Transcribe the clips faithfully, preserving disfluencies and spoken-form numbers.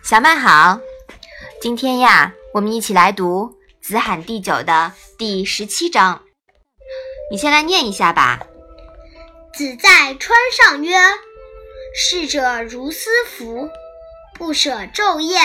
小麦好，今天呀，我们一起来读《子罕第九》的第十七章。你先来念一下吧。 子在川上曰：逝者如斯夫，不舍昼夜。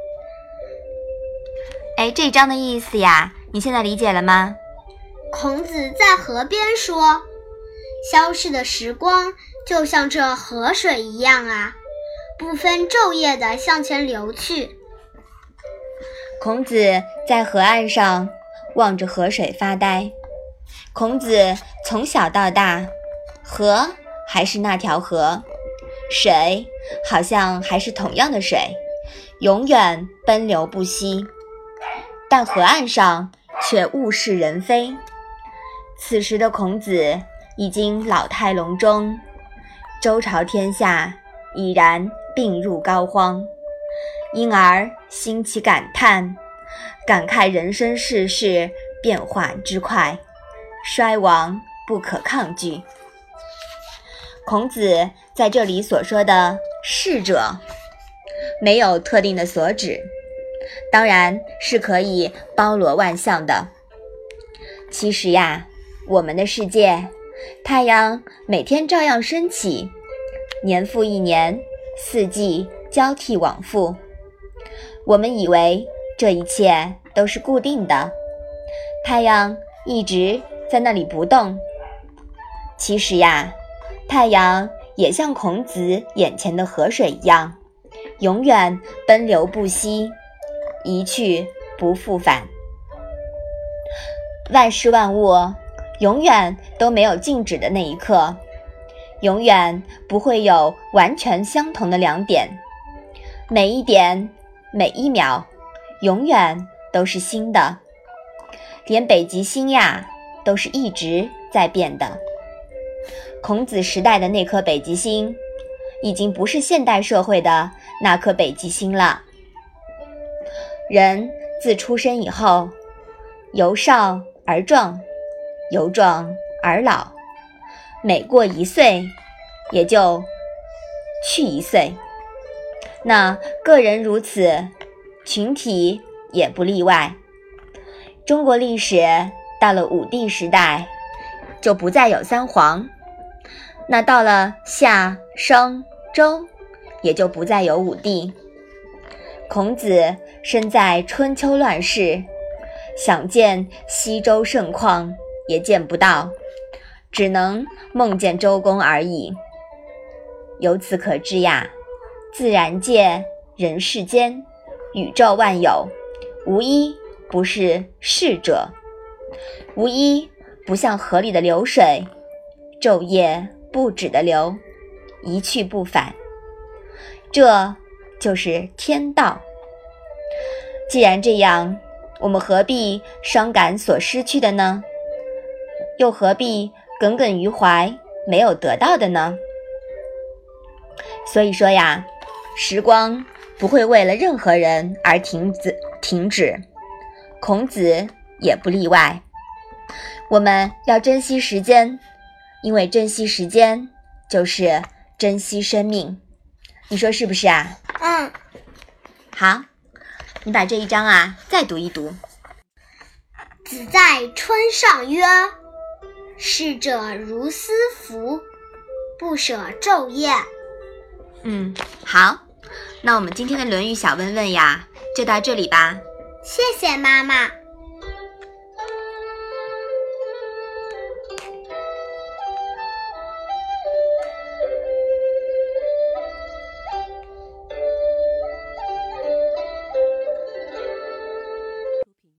哎，这章的意思呀，你现在理解了吗？ 孔子在河边说，消逝的时光就像这河水一样啊，不分昼夜地向前流去。 孔子在河岸上望着河水发呆。孔子从小到大，河还是那条河，水好像还是同样的水，永远奔流不息。但河岸上却物是人非。此时的孔子已经老态龙钟，周朝天下已然病入膏肓，因而兴起感叹，感慨人生世事变化之快，衰亡不可抗拒。孔子在这里所说的逝者，没有特定的所指，当然是可以包罗万象的。其实呀，我们的世界，太阳每天照样升起，年复一年，四季交替往复。我们以为这一切都是固定的，太阳一直在那里不动。其实呀，太阳也像孔子眼前的河水一样，永远奔流不息，一去不复返。万事万物永远都没有静止的那一刻，永远不会有完全相同的两点，每一点每一秒永远都是新的，连北极星呀都是一直在变的。孔子时代的那颗北极星已经不是现代社会的那颗北极星了。人自出生以后，由少而壮，由壮而老，每过一岁也就去一岁。那个人如此，群体也不例外。中国历史到了武帝时代就不再有三皇，那到了夏商周也就不再有武帝。孔子身在春秋乱世，想见西周盛况也见不到，只能梦见周公而已。由此可知呀，自然界、人世间、宇宙万有，无一不是逝者，无一不像河里的流水，昼夜不止的流，一去不返。这就是天道。既然这样，我们何必伤感所失去的呢？又何必耿耿于怀没有得到的呢？所以说呀，时光不会为了任何人而停止停止，孔子也不例外。我们要珍惜时间，因为珍惜时间就是珍惜生命。你说是不是啊？ 嗯。 好，你把这一章啊再读一读。 子在川上曰：逝者如斯夫，不舍昼夜。 嗯，好，那我们今天的论语小问问呀就到这里吧。 谢谢妈妈。